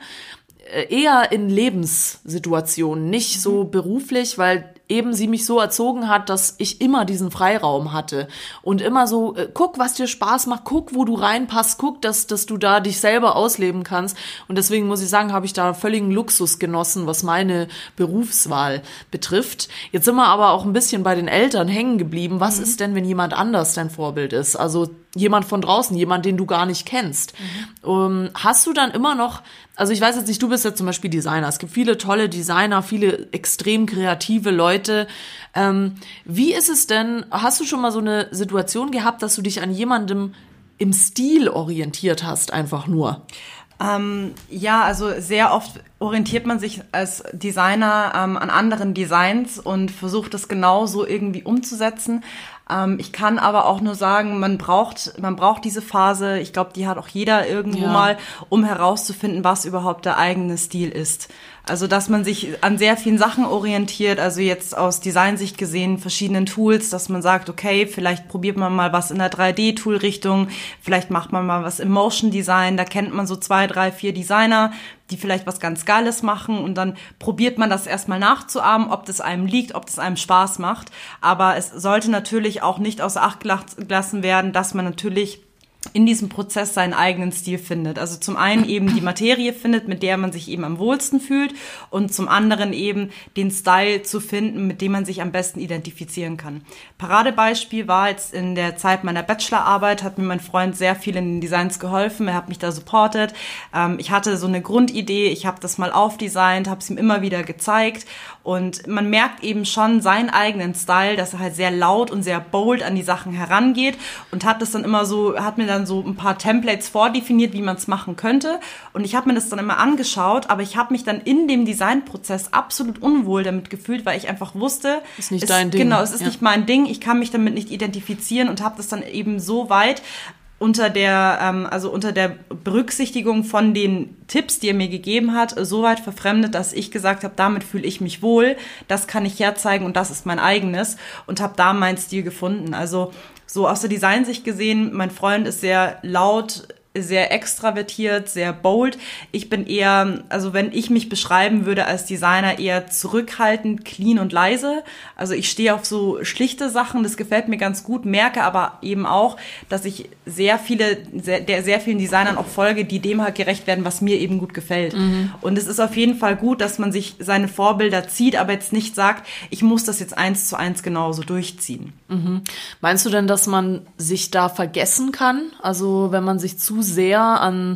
eher in Lebenssituationen, nicht so beruflich, weil eben sie mich so erzogen hat, dass ich immer diesen Freiraum hatte und immer so, äh, guck, was dir Spaß macht, guck, wo du reinpasst, guck, dass, dass du da dich selber ausleben kannst und deswegen muss ich sagen, habe ich da völligen Luxus genossen, was meine Berufswahl betrifft. Jetzt sind wir aber auch ein bisschen bei den Eltern hängen geblieben. Was mhm. ist denn, wenn jemand anders dein Vorbild ist? Also jemand von draußen, jemand, den du gar nicht kennst. Mhm. Um, hast du dann immer noch, also ich weiß jetzt nicht, du bist jetzt zum Beispiel Designer, es gibt viele tolle Designer, viele extrem kreative Leute. Ähm, wie ist es denn, hast du schon mal so eine Situation gehabt, dass du dich an jemandem im Stil orientiert hast, einfach nur? Ähm, ja, also sehr oft orientiert man sich als Designer ähm, an anderen Designs und versucht das genauso irgendwie umzusetzen. Ähm, ich kann aber auch nur sagen, man braucht, man braucht diese Phase, ich glaube, die hat auch jeder irgendwo ja. mal, um herauszufinden, was überhaupt der eigene Stil ist. Also, dass man sich an sehr vielen Sachen orientiert, also jetzt aus Designsicht gesehen, verschiedenen Tools, dass man sagt, okay, vielleicht probiert man mal was in der drei D-Tool-Richtung, vielleicht macht man mal was im Motion-Design, da kennt man so zwei, drei, vier Designer, die vielleicht was ganz Geiles machen und dann probiert man das erstmal nachzuahmen, ob das einem liegt, ob das einem Spaß macht. Aber es sollte natürlich auch nicht außer Acht gelassen werden, dass man natürlich in diesem Prozess seinen eigenen Stil findet. Also zum einen eben die Materie findet, mit der man sich eben am wohlsten fühlt und zum anderen eben den Style zu finden, mit dem man sich am besten identifizieren kann. Paradebeispiel war jetzt in der Zeit meiner Bachelorarbeit, hat mir mein Freund sehr viel in den Designs geholfen, er hat mich da supportet. Ähm, ich hatte so eine Grundidee, ich habe das mal aufdesignt, habe es ihm immer wieder gezeigt und man merkt eben schon seinen eigenen Style, dass er halt sehr laut und sehr bold an die Sachen herangeht und hat das dann immer so, hat mir dann so ein paar Templates vordefiniert, wie man es machen könnte. Und ich habe mir das dann immer angeschaut, aber ich habe mich dann in dem Designprozess absolut unwohl damit gefühlt, weil ich einfach wusste, ist nicht es, dein Ding. Genau, es ist ja. nicht mein Ding. Ich kann mich damit nicht identifizieren und habe das dann eben so weit unter der, ähm, also unter der Berücksichtigung von den Tipps, die er mir gegeben hat, so weit verfremdet, dass ich gesagt habe, damit fühle ich mich wohl, das kann ich herzeigen und das ist mein eigenes und habe da meinen Stil gefunden. Also so aus der Designsicht gesehen, mein Freund ist sehr laut, sehr extravertiert, sehr bold. Ich bin eher, also wenn ich mich beschreiben würde als Designer, eher zurückhaltend, clean und leise. Also ich stehe auf so schlichte Sachen, das gefällt mir ganz gut, merke aber eben auch, dass ich sehr viele, sehr, der, sehr vielen Designern auch folge, die dem halt gerecht werden, was mir eben gut gefällt. Mhm. Und es ist auf jeden Fall gut, dass man sich seine Vorbilder zieht, aber jetzt nicht sagt, ich muss das jetzt eins zu eins genauso durchziehen. Mhm. Meinst du denn, dass man sich da vergessen kann? Also wenn man sich zu sehr an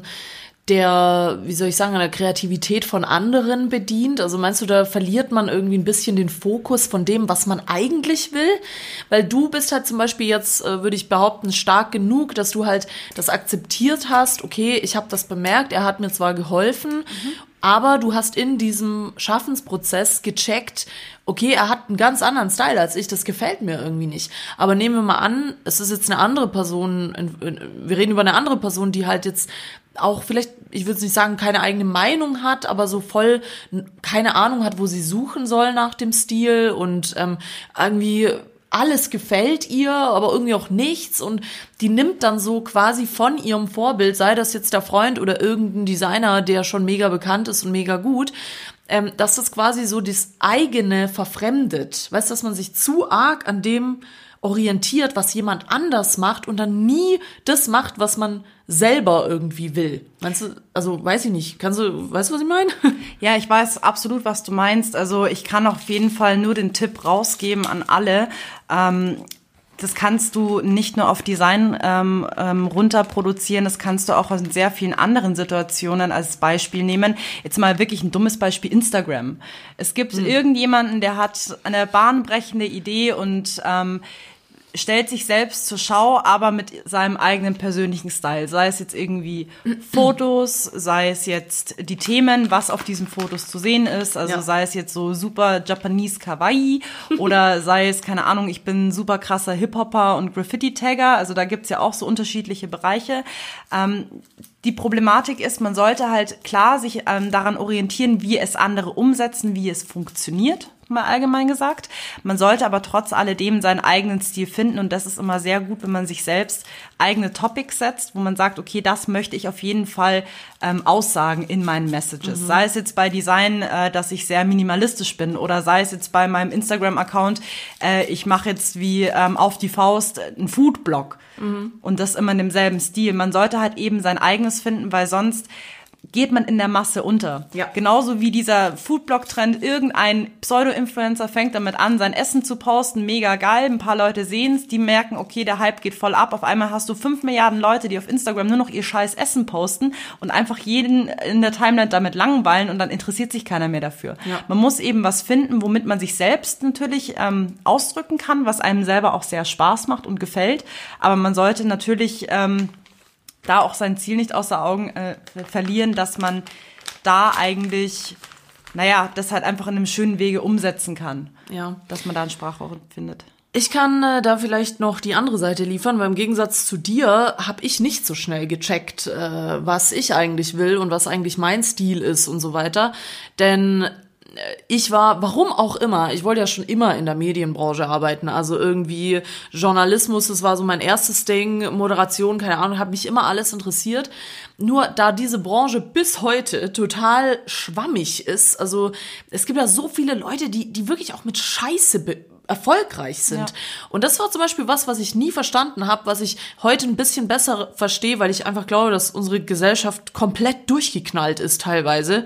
der, wie soll ich sagen, an der Kreativität von anderen bedient? Also meinst du, da verliert man irgendwie ein bisschen den Fokus von dem, was man eigentlich will? Weil du bist halt zum Beispiel jetzt, äh, würde ich behaupten, stark genug, dass du halt das akzeptiert hast. Okay, ich habe das bemerkt, er hat mir zwar geholfen, mhm. aber du hast in diesem Schaffensprozess gecheckt, okay, er hat einen ganz anderen Style als ich, das gefällt mir irgendwie nicht. Aber nehmen wir mal an, es ist jetzt eine andere Person, wir reden über eine andere Person, die halt jetzt auch vielleicht, ich würde nicht sagen, keine eigene Meinung hat, aber so voll keine Ahnung hat, wo sie suchen soll nach dem Stil und ähm, irgendwie alles gefällt ihr, aber irgendwie auch nichts und die nimmt dann so quasi von ihrem Vorbild, sei das jetzt der Freund oder irgendein Designer, der schon mega bekannt ist und mega gut, ähm, dass das quasi so das eigene verfremdet. Weißt du, dass man sich zu arg an dem orientiert, was jemand anders macht und dann nie das macht, was man selber irgendwie will. Meinst du, also weiß ich nicht, kannst du, weißt du, was ich meine? Ja, ich weiß absolut, was du meinst. Also ich kann auf jeden Fall nur den Tipp rausgeben an alle. Ähm, das kannst du nicht nur auf Design ähm, ähm, runterproduzieren, das kannst du auch in sehr vielen anderen Situationen als Beispiel nehmen. Jetzt mal wirklich ein dummes Beispiel, Instagram. Es gibt mhm. irgendjemanden, der hat eine bahnbrechende Idee und ähm, stellt sich selbst zur Schau, aber mit seinem eigenen persönlichen Style. Sei es jetzt irgendwie Fotos, sei es jetzt die Themen, was auf diesen Fotos zu sehen ist. Also ja. sei es jetzt so super Japanese Kawaii oder sei es, keine Ahnung, ich bin super krasser Hip-Hopper und Graffiti-Tagger. Also da gibt's ja auch so unterschiedliche Bereiche. Ähm, Die Problematik ist, man sollte halt klar sich ähm, daran orientieren, wie es andere umsetzen, wie es funktioniert, mal allgemein gesagt. Man sollte aber trotz alledem seinen eigenen Stil finden und das ist immer sehr gut, wenn man sich selbst eigene Topics setzt, wo man sagt, okay, das möchte ich auf jeden Fall ähm, aussagen in meinen Messages. Mhm. Sei es jetzt bei Design, äh, dass ich sehr minimalistisch bin oder sei es jetzt bei meinem Instagram-Account, äh, ich mache jetzt wie ähm, auf die Faust einen Food-Blog. Mhm. Und das immer in demselben Stil. Man sollte halt eben sein eigenes finden, weil sonst geht man in der Masse unter. Ja. Genauso wie dieser Foodblog-Trend, irgendein Pseudo-Influencer fängt damit an, sein Essen zu posten, mega geil, ein paar Leute sehen es, die merken, okay, der Hype geht voll ab, auf einmal hast du fünf Milliarden Leute, die auf Instagram nur noch ihr scheiß Essen posten und einfach jeden in der Timeline damit langweilen und dann interessiert sich keiner mehr dafür. Ja. Man muss eben was finden, womit man sich selbst natürlich ähm, ausdrücken kann, was einem selber auch sehr Spaß macht und gefällt, aber man sollte natürlich ähm, da auch sein Ziel nicht außer Augen äh, verlieren, dass man da eigentlich, naja, das halt einfach in einem schönen Wege umsetzen kann. Ja. Dass man da ein Sprachrohr findet. Ich kann äh, da vielleicht noch die andere Seite liefern, weil im Gegensatz zu dir habe ich nicht so schnell gecheckt, äh, was ich eigentlich will und was eigentlich mein Stil ist und so weiter. Denn ich war, warum auch immer, ich wollte ja schon immer in der Medienbranche arbeiten, also irgendwie Journalismus, das war so mein erstes Ding, Moderation, keine Ahnung, hat mich immer alles interessiert. Nur da diese Branche bis heute total schwammig ist, also es gibt ja so viele Leute, die die wirklich auch mit Scheiße be- erfolgreich sind. Ja. Und das war zum Beispiel was, was ich nie verstanden habe, was ich heute ein bisschen besser verstehe, weil ich einfach glaube, dass unsere Gesellschaft komplett durchgeknallt ist teilweise.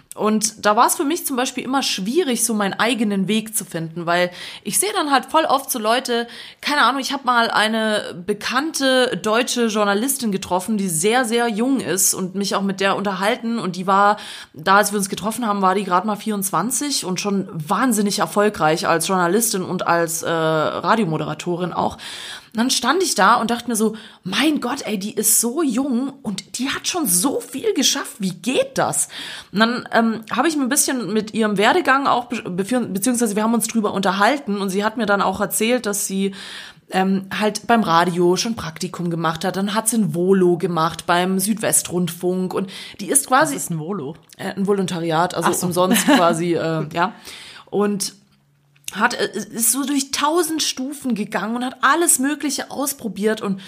Und da war es für mich zum Beispiel immer schwierig, so meinen eigenen Weg zu finden, weil ich sehe dann halt voll oft so Leute, keine Ahnung, ich habe mal eine bekannte deutsche Journalistin getroffen, die sehr, sehr jung ist und mich auch mit der unterhalten und die war, da als wir uns getroffen haben, war die gerade mal vierundzwanzig und schon wahnsinnig erfolgreich als Journalistin und als äh, Radiomoderatorin auch. Und dann stand ich da und dachte mir so, mein Gott, ey, die ist so jung und die hat schon so viel geschafft. Wie geht das? Und dann ähm, habe ich mir ein bisschen mit ihrem Werdegang auch, be- beziehungsweise wir haben uns drüber unterhalten und sie hat mir dann auch erzählt, dass sie ähm, halt beim Radio schon Praktikum gemacht hat. Dann hat sie ein Volo gemacht beim Südwestrundfunk und die ist quasi... Was ist ein Volo? Äh, ein Volontariat, also so. umsonst quasi, äh, ja. Und... hat ist so durch tausend Stufen gegangen und hat alles Mögliche ausprobiert und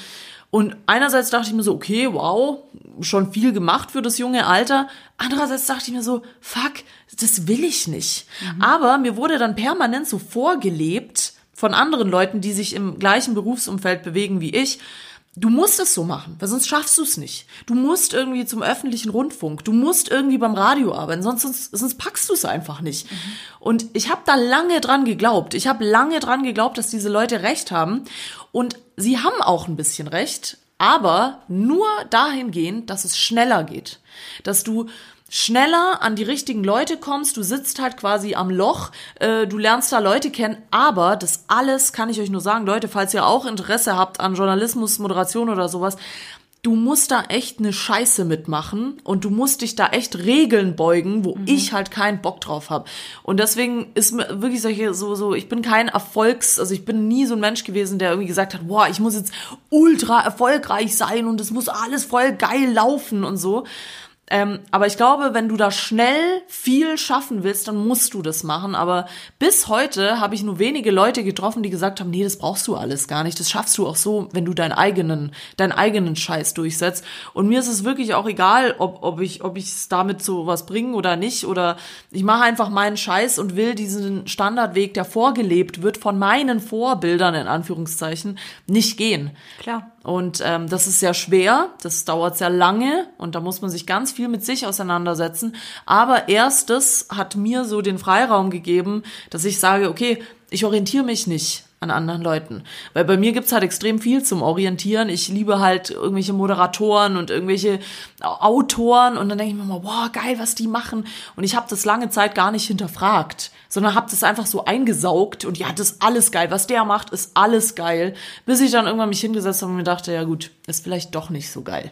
Und einerseits dachte ich mir so, okay, wow, schon viel gemacht für das junge Alter. Andererseits dachte ich mir so, fuck, das will ich nicht. Mhm. Aber mir wurde dann permanent so vorgelebt von anderen Leuten, die sich im gleichen Berufsumfeld bewegen wie ich. Du musst es so machen, weil sonst schaffst du es nicht. Du musst irgendwie zum öffentlichen Rundfunk, du musst irgendwie beim Radio arbeiten, sonst, sonst, sonst packst du es einfach nicht. Mhm. Und ich habe da lange dran geglaubt. Ich habe lange dran geglaubt, dass diese Leute recht haben. Und sie haben auch ein bisschen recht, aber nur dahingehend, dass es schneller geht. Dass du schneller an die richtigen Leute kommst, du sitzt halt quasi am Loch, äh, du lernst da Leute kennen, aber das alles kann ich euch nur sagen, Leute, falls ihr auch Interesse habt an Journalismus, Moderation oder sowas, du musst da echt eine Scheiße mitmachen und du musst dich da echt Regeln beugen, wo mhm. ich halt keinen Bock drauf habe. Und deswegen ist mir wirklich solche, so, so, ich bin kein Erfolgs, also ich bin nie so ein Mensch gewesen, der irgendwie gesagt hat, boah, ich muss jetzt ultra erfolgreich sein und es muss alles voll geil laufen und so. Ähm, aber ich glaube, wenn du da schnell viel schaffen willst, dann musst du das machen. Aber bis heute habe ich nur wenige Leute getroffen, die gesagt haben, nee, das brauchst du alles gar nicht. Das schaffst du auch so, wenn du deinen eigenen, deinen eigenen Scheiß durchsetzt. Und mir ist es wirklich auch egal, ob, ob ich, ob ich es damit so was bringe oder nicht. Oder ich mache einfach meinen Scheiß und will diesen Standardweg, der vorgelebt wird von meinen Vorbildern, in Anführungszeichen, nicht gehen. Klar. Und ähm, das ist sehr schwer, das dauert sehr lange und da muss man sich ganz viel mit sich auseinandersetzen. Aber erstes hat mir so den Freiraum gegeben, dass ich sage, okay, ich orientiere mich nicht an anderen Leuten. Weil bei mir gibt's halt extrem viel zum Orientieren. Ich liebe halt irgendwelche Moderatoren und irgendwelche Autoren und dann denke ich mir mal, wow, geil, was die machen. Und ich habe das lange Zeit gar nicht hinterfragt, sondern habe das einfach so eingesaugt und ja, das ist alles geil. Was der macht, ist alles geil. Bis ich dann irgendwann mich hingesetzt habe und mir dachte, ja gut, ist vielleicht doch nicht so geil.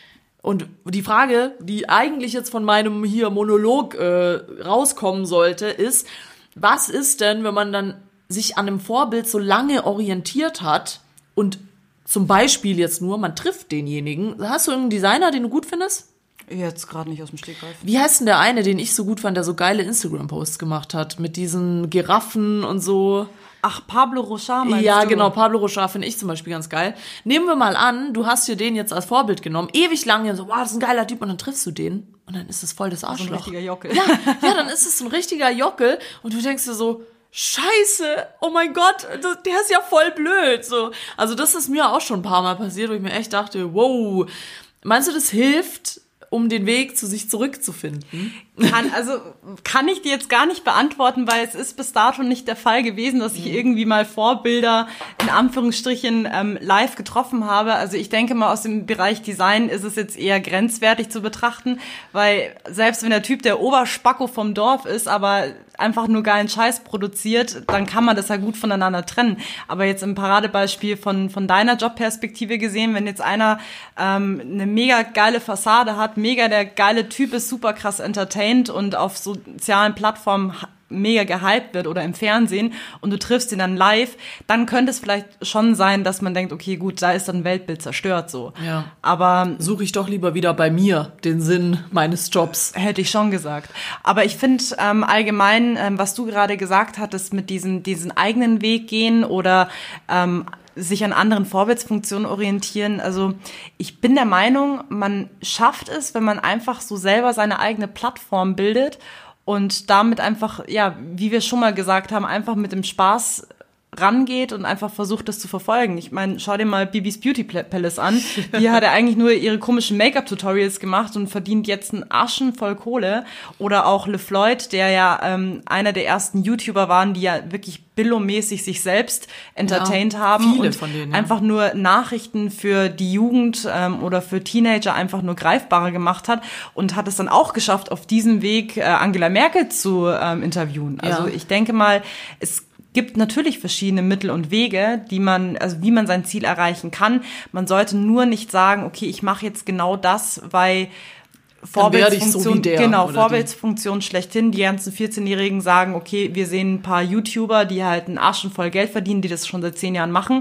Und die Frage, die eigentlich jetzt von meinem hier Monolog äh, rauskommen sollte, ist, was ist denn, wenn man dann sich an einem Vorbild so lange orientiert hat und zum Beispiel jetzt nur, man trifft denjenigen. Hast du irgendeinen Designer, den du gut findest? Jetzt gerade nicht aus dem Stegreif. Wie heißt denn der eine, den ich so gut fand, der so geile Instagram-Posts gemacht hat, mit diesen Giraffen und so? Ach, Pablo Rochard meinst Ja, du? genau, Pablo Rochard finde ich zum Beispiel ganz geil. Nehmen wir mal an, du hast dir den jetzt als Vorbild genommen, ewig lange, so, wow, das ist ein geiler Typ, und dann triffst du den und dann ist es voll das Arschloch. So ein richtiger Jockel. Ja, ja, dann ist es so ein richtiger Jockel und du denkst dir so, Scheiße, oh mein Gott, der ist ja voll blöd. So. Also das ist mir auch schon ein paar Mal passiert, wo ich mir echt dachte, wow, meinst du, das hilft, um den Weg zu sich zurückzufinden? Kann, also kann ich dir jetzt gar nicht beantworten, weil es ist bis dato nicht der Fall gewesen, dass ich irgendwie mal Vorbilder in Anführungsstrichen ähm, live getroffen habe. Also ich denke mal, aus dem Bereich Design ist es jetzt eher grenzwertig zu betrachten, weil selbst wenn der Typ der Oberspacko vom Dorf ist, aber einfach nur geilen Scheiß produziert, dann kann man das ja gut voneinander trennen. Aber jetzt im Paradebeispiel von von deiner Jobperspektive gesehen, wenn jetzt einer ähm, eine mega geile Fassade hat, mega der geile Typ ist, super krass entertained und auf sozialen Plattformen mega gehypt wird oder im Fernsehen und du triffst ihn dann live, dann könnte es vielleicht schon sein, dass man denkt, okay, gut, da ist dann ein Weltbild zerstört so. Ja. Aber suche ich doch lieber wieder bei mir den Sinn meines Jobs. Hätte ich schon gesagt. Aber ich finde ähm, allgemein, ähm, was du gerade gesagt hattest, mit diesen, diesen eigenen Weg gehen oder ähm, sich an anderen Vorbildsfunktionen orientieren. Also ich bin der Meinung, man schafft es, wenn man einfach so selber seine eigene Plattform bildet und damit einfach, ja, wie wir schon mal gesagt haben, einfach mit dem Spaß rangeht und einfach versucht, das zu verfolgen. Ich meine, schau dir mal Bibis Beauty Palace an. Die hat ja eigentlich nur ihre komischen Make-up-Tutorials gemacht und verdient jetzt einen Aschen voll Kohle. Oder auch LeFloid, der ja ähm, einer der ersten YouTuber waren, die ja wirklich billomäßig sich selbst entertained ja, haben viele und von denen, ja. einfach nur Nachrichten für die Jugend ähm, oder für Teenager einfach nur greifbarer gemacht hat und hat es dann auch geschafft, auf diesem Weg äh, Angela Merkel zu ähm, interviewen. Also Ja. ich denke mal, es gibt natürlich verschiedene Mittel und Wege, die man, also wie man sein Ziel erreichen kann. Man sollte nur nicht sagen, okay, ich mache jetzt genau das, weil Vorbildsfunktion, so wie der genau, oder Vorbildsfunktion schlechthin. Die ganzen vierzehnjährigen sagen, okay, wir sehen ein paar YouTuber, die halt einen Arschen voll Geld verdienen, die das schon seit zehn Jahren machen.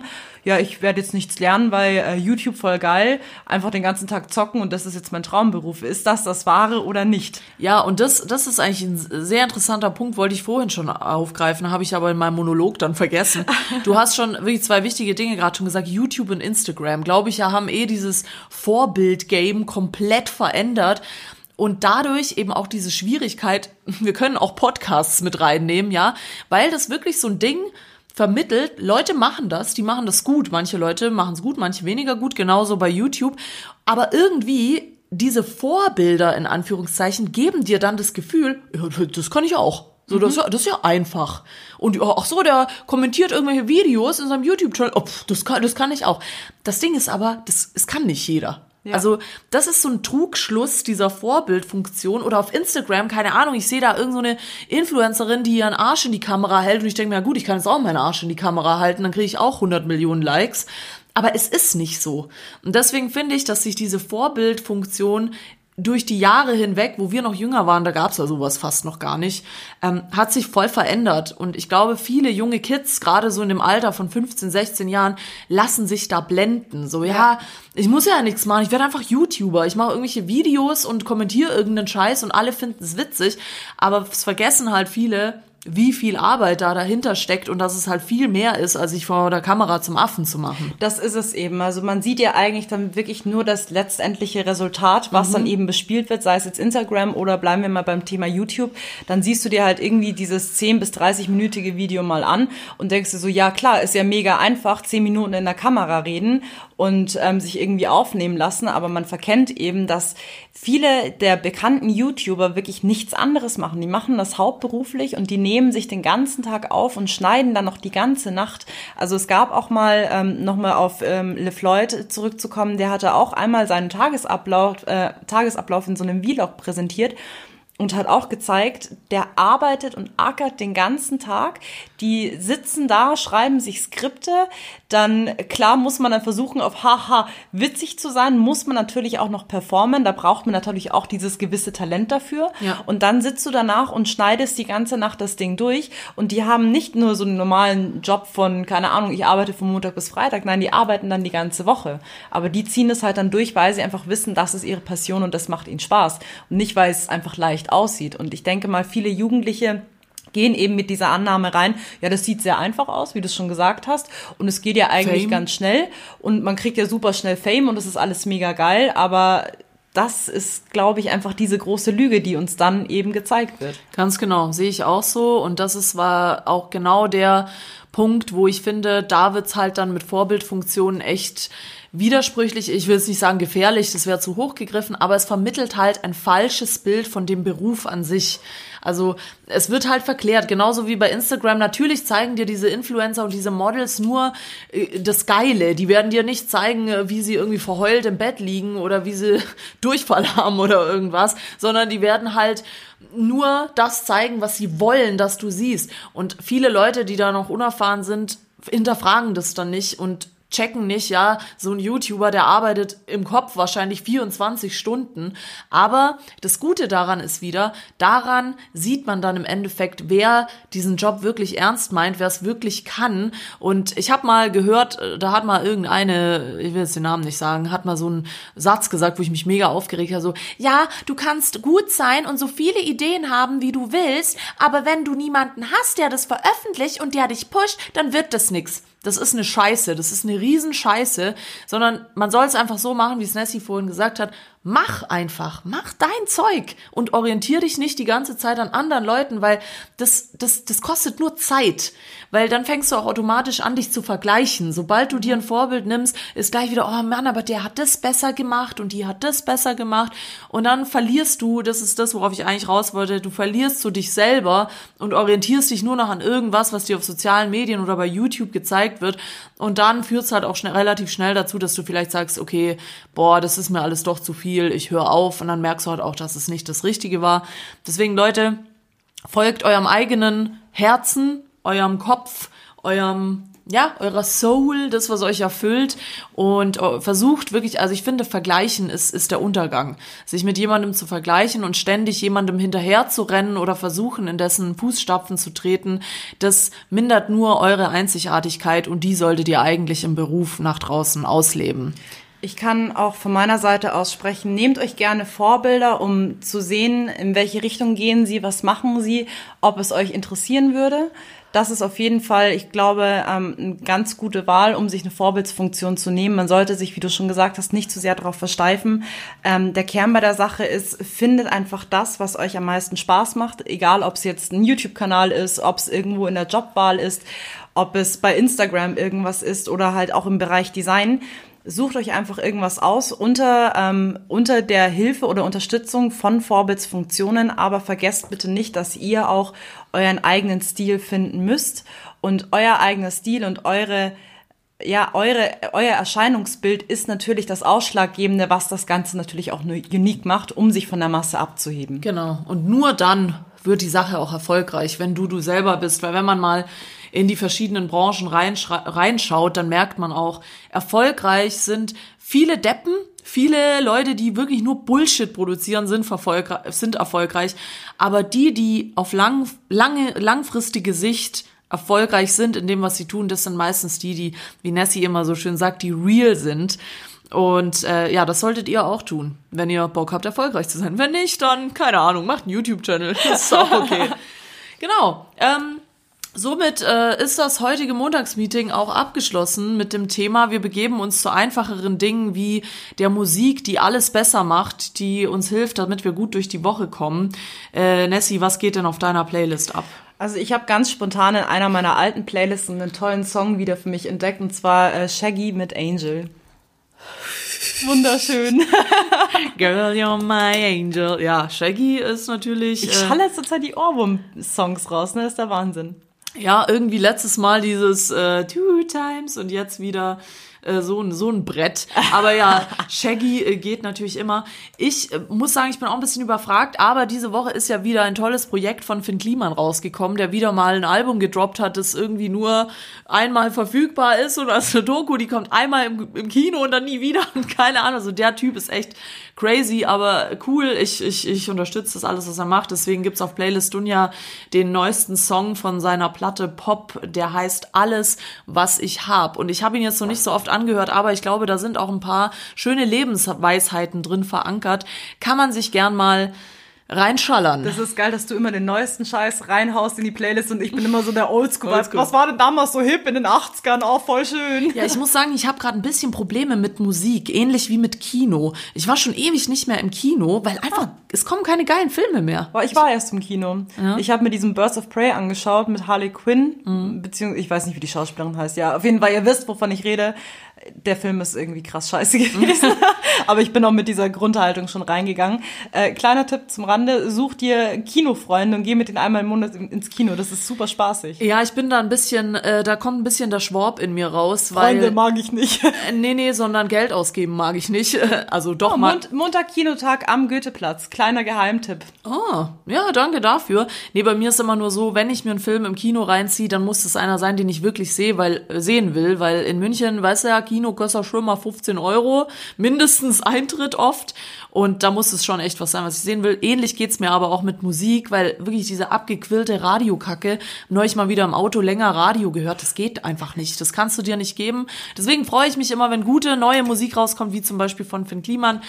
ja, ich werde jetzt nichts lernen, weil äh, YouTube voll geil, einfach den ganzen Tag zocken und das ist jetzt mein Traumberuf. Ist das das Wahre oder nicht? Ja, und das, das ist eigentlich ein sehr interessanter Punkt, wollte ich vorhin schon aufgreifen, habe ich aber in meinem Monolog dann vergessen. Du hast schon wirklich zwei wichtige Dinge gerade schon gesagt, YouTube und Instagram, glaube ich ja, haben eh dieses Vorbild-Game komplett verändert. Und dadurch eben auch diese Schwierigkeit, wir können auch Podcasts mit reinnehmen, ja, weil das wirklich so ein Ding vermittelt, Leute machen das, die machen das gut, manche Leute machen es gut, manche weniger gut, genauso bei YouTube, aber irgendwie diese Vorbilder in Anführungszeichen geben dir dann das Gefühl, ja, das kann ich auch. So, das, das ist ja einfach. Und ja, ach so, der kommentiert irgendwelche Videos in seinem YouTube-Channel, oh, das kann, das kann ich auch. Das Ding ist aber, das, das kann nicht jeder. Ja. Also das ist so ein Trugschluss dieser Vorbildfunktion. Oder auf Instagram, keine Ahnung, ich sehe da irgend so eine Influencerin, die ihren Arsch in die Kamera hält und ich denke mir, ja gut, ich kann jetzt auch meinen Arsch in die Kamera halten, dann kriege ich auch hundert Millionen Likes. Aber es ist nicht so. Und deswegen finde ich, dass sich diese Vorbildfunktion durch die Jahre hinweg, wo wir noch jünger waren, da gab's ja sowas fast noch gar nicht, ähm, hat sich voll verändert. Und ich glaube, viele junge Kids, gerade so in dem Alter von fünfzehn, sechzehn Jahren, lassen sich da blenden. So, ja, ja ich muss ja nichts machen, ich werde einfach YouTuber. Ich mache irgendwelche Videos und kommentiere irgendeinen Scheiß und alle finden es witzig. Aber es vergessen halt viele, wie viel Arbeit da dahinter steckt und dass es halt viel mehr ist, als sich vor der Kamera zum Affen zu machen. Das ist es eben. Also man sieht ja eigentlich dann wirklich nur das letztendliche Resultat, was mhm. dann eben bespielt wird, sei es jetzt Instagram oder bleiben wir mal beim Thema YouTube. Dann siehst du dir halt irgendwie dieses zehn bis dreißig-minütige Video mal an und denkst dir so, ja klar, ist ja mega einfach, zehn Minuten in der Kamera reden und ähm, sich irgendwie aufnehmen lassen, aber man verkennt eben, dass viele der bekannten YouTuber wirklich nichts anderes machen. Die machen das hauptberuflich und die nehmen sich den ganzen Tag auf und schneiden dann noch die ganze Nacht. Also es gab auch mal, ähm, nochmal auf ähm, LeFloid zurückzukommen, der hatte auch einmal seinen Tagesablauf, äh, Tagesablauf in so einem Vlog präsentiert und hat auch gezeigt, der arbeitet und ackert den ganzen Tag. Die sitzen da, schreiben sich Skripte. Dann, klar, muss man dann versuchen, auf haha witzig zu sein, muss man natürlich auch noch performen. Da braucht man natürlich auch dieses gewisse Talent dafür. Ja. Und dann sitzt du danach und schneidest die ganze Nacht das Ding durch. Und die haben nicht nur so einen normalen Job von, keine Ahnung, ich arbeite von Montag bis Freitag. Nein, die arbeiten dann die ganze Woche. Aber die ziehen es halt dann durch, weil sie einfach wissen, das ist ihre Passion und das macht ihnen Spaß. Und nicht, weil es einfach leicht aussieht. Und ich denke mal, viele Jugendliche gehen eben mit dieser Annahme rein, ja, das sieht sehr einfach aus, wie du es schon gesagt hast, und es geht ja eigentlich Fame. Ganz schnell und man kriegt ja super schnell Fame und das ist alles mega geil, aber das ist, glaube ich, einfach diese große Lüge, die uns dann eben gezeigt wird. Ganz genau, sehe ich auch so und das ist war auch genau der Punkt, wo ich finde, da wird's halt dann mit Vorbildfunktionen echt widersprüchlich, ich will jetzt nicht sagen gefährlich, das wäre zu hoch gegriffen, aber es vermittelt halt ein falsches Bild von dem Beruf an sich. Also es wird halt verklärt, genauso wie bei Instagram. Natürlich zeigen dir diese Influencer und diese Models nur äh, das Geile. Die werden dir nicht zeigen, äh, wie sie irgendwie verheult im Bett liegen oder wie sie Durchfall haben oder irgendwas, sondern die werden halt nur das zeigen, was sie wollen, dass du siehst. Und viele Leute, die da noch unerfahren sind, hinterfragen das dann nicht und checken nicht, ja, so ein YouTuber, der arbeitet im Kopf wahrscheinlich vierundzwanzig Stunden, aber das Gute daran ist wieder, daran sieht man dann im Endeffekt, wer diesen Job wirklich ernst meint, wer es wirklich kann und ich habe mal gehört, da hat mal irgendeine, ich will jetzt den Namen nicht sagen, hat mal so einen Satz gesagt, wo ich mich mega aufgeregt habe, so, ja, du kannst gut sein und so viele Ideen haben, wie du willst, aber wenn du niemanden hast, der das veröffentlicht und der dich pusht, dann wird das nix. Das ist eine Scheiße, das ist eine Riesenscheiße, sondern man soll es einfach so machen, wie es Nessie vorhin gesagt hat, mach einfach, mach dein Zeug und orientier dich nicht die ganze Zeit an anderen Leuten, weil das, das, das kostet nur Zeit, weil dann fängst du auch automatisch an, dich zu vergleichen. Sobald du dir ein Vorbild nimmst, ist gleich wieder, oh Mann, aber der hat das besser gemacht und die hat das besser gemacht und dann verlierst du, das ist das, worauf ich eigentlich raus wollte, du verlierst du dich selber und orientierst dich nur noch an irgendwas, was dir auf sozialen Medien oder bei YouTube gezeigt wird und dann führt es halt auch schnell, relativ schnell dazu, dass du vielleicht sagst, okay, boah, das ist mir alles doch zu viel, ich höre auf und dann merkst du halt auch, dass es nicht das Richtige war. Deswegen, Leute, folgt eurem eigenen Herzen, eurem Kopf, eurem, ja, eurer Soul, das, was euch erfüllt und versucht wirklich, also ich finde, vergleichen ist, ist der Untergang. Sich mit jemandem zu vergleichen und ständig jemandem hinterher zu rennen oder versuchen, in dessen Fußstapfen zu treten, das mindert nur eure Einzigartigkeit und die solltet ihr eigentlich im Beruf nach draußen ausleben. Ich kann auch von meiner Seite aus sprechen, nehmt euch gerne Vorbilder, um zu sehen, in welche Richtung gehen sie, was machen sie, ob es euch interessieren würde. Das ist auf jeden Fall, ich glaube, eine ganz gute Wahl, um sich eine Vorbildsfunktion zu nehmen. Man sollte sich, wie du schon gesagt hast, nicht zu sehr darauf versteifen. Der Kern bei der Sache ist, findet einfach das, was euch am meisten Spaß macht, egal ob es jetzt ein YouTube-Kanal ist, ob es irgendwo in der Jobwahl ist, ob es bei Instagram irgendwas ist oder halt auch im Bereich Design. Sucht euch einfach irgendwas aus unter ähm, unter der Hilfe oder Unterstützung von Vorbildsfunktionen, aber vergesst bitte nicht, dass ihr auch euren eigenen Stil finden müsst und euer eigener Stil und eure ja eure euer Erscheinungsbild ist natürlich das Ausschlaggebende, was das Ganze natürlich auch nur unique macht, um sich von der Masse abzuheben. Genau. Und nur dann wird die Sache auch erfolgreich, wenn du du selber bist, weil wenn man mal in die verschiedenen Branchen reinschaut, dann merkt man auch, erfolgreich sind viele Deppen, viele Leute, die wirklich nur Bullshit produzieren, sind, sind erfolgreich. Aber die, die auf lang, lange, langfristige Sicht erfolgreich sind in dem, was sie tun, das sind meistens die, die, wie Nessie immer so schön sagt, die real sind. Und äh, ja, das solltet ihr auch tun, wenn ihr Bock habt, erfolgreich zu sein. Wenn nicht, dann, keine Ahnung, macht einen YouTube-Channel. Das ist auch okay. Genau. Ähm, Somit äh, ist das heutige Montagsmeeting auch abgeschlossen mit dem Thema, wir begeben uns zu einfacheren Dingen wie der Musik, die alles besser macht, die uns hilft, damit wir gut durch die Woche kommen. Äh, Nessie, was geht denn auf deiner Playlist ab? Also ich habe ganz spontan in einer meiner alten Playlists einen tollen Song wieder für mich entdeckt, und zwar äh, Shaggy mit Angel. Wunderschön. Girl, you're my angel. Ja, Shaggy ist natürlich... Ich schalle jetzt zurzeit die Ohrwurm-Songs raus, ne? Das ist der Wahnsinn. Ja, irgendwie letztes Mal dieses äh, Two Times und jetzt wieder äh, so, ein, so ein Brett. Aber ja, Shaggy äh, geht natürlich immer. Ich äh, muss sagen, ich bin auch ein bisschen überfragt, aber diese Woche ist ja wieder ein tolles Projekt von Finn Kliman rausgekommen, der wieder mal ein Album gedroppt hat, das irgendwie nur einmal verfügbar ist und als eine Doku, die kommt einmal im, im Kino und dann nie wieder und keine Ahnung. Also der Typ ist echt crazy, aber cool. Ich, ich, ich unterstütze das alles, was er macht. Deswegen gibt's auf Playlist Dunja den neuesten Song von seiner Platte Pop, der heißt Alles, was ich hab. Und ich habe ihn jetzt noch nicht so oft angehört, aber ich glaube, da sind auch ein paar schöne Lebensweisheiten drin verankert. Kann man sich gern mal reinschallern. Das ist geil, dass du immer den neuesten Scheiß reinhaust in die Playlist und ich bin immer so der Oldschool. Oldschool. Was war denn damals so hip in den achtzigern? Oh, voll schön. Ja, ich muss sagen, ich habe gerade ein bisschen Probleme mit Musik, ähnlich wie mit Kino. Ich war schon ewig nicht mehr im Kino, weil einfach, ah. es kommen keine geilen Filme mehr. Aber ich war erst im Kino. Ja. Ich habe mir diesen Birds of Prey angeschaut mit Harley Quinn, mhm. beziehungsweise, ich weiß nicht, wie die Schauspielerin heißt. Ja, auf jeden Fall, ihr wisst, wovon ich rede. Der Film ist irgendwie krass scheiße gewesen. Aber ich bin auch mit dieser Grundhaltung schon reingegangen. Äh, kleiner Tipp zum Rande, such dir Kinofreunde und geh mit denen einmal im Monat ins Kino. Das ist super spaßig. Ja, ich bin da ein bisschen, äh, da kommt ein bisschen der Schwab in mir raus. Freunde weil, mag ich nicht. Äh, nee, nee, sondern Geld ausgeben mag ich nicht. Also doch oh, mal. Mont- Montag-Kinotag am Goetheplatz. Kleiner Geheimtipp. Ah, ja, danke dafür. Nee, bei mir ist immer nur so, wenn ich mir einen Film im Kino reinziehe, dann muss es einer sein, den ich wirklich sehe, weil äh, sehen will. Weil in München, weißt du ja, Kino kostet schon mal fünfzehn Euro. Mindestens Eintritt oft. Und da muss es schon echt was sein, was ich sehen will. Ähnlich geht's mir aber auch mit Musik, weil wirklich diese abgequillte Radiokacke, neulich mal wieder im Auto länger Radio gehört, das geht einfach nicht. Das kannst du dir nicht geben. Deswegen freue ich mich immer, wenn gute, neue Musik rauskommt, wie zum Beispiel von Finn Kliman.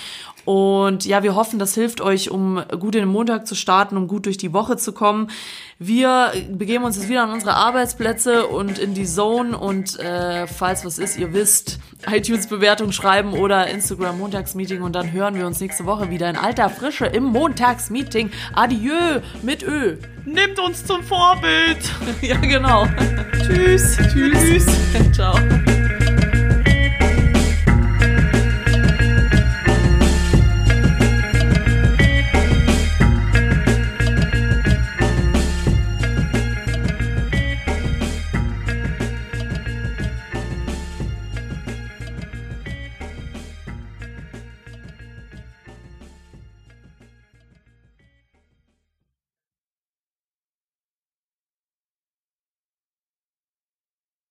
Und ja, wir hoffen, das hilft euch, um gut in den Montag zu starten, um gut durch die Woche zu kommen. Wir begeben uns jetzt wieder an unsere Arbeitsplätze und in die Zone. Und äh, falls was ist, ihr wisst, iTunes-Bewertung schreiben oder Instagram Montagsmeeting. Und dann hören wir uns nächste Woche wieder in alter Frische im Montagsmeeting. Adieu mit Ö. Nehmt uns zum Vorbild. Ja, genau. Tschüss. Tschüss. Ciao.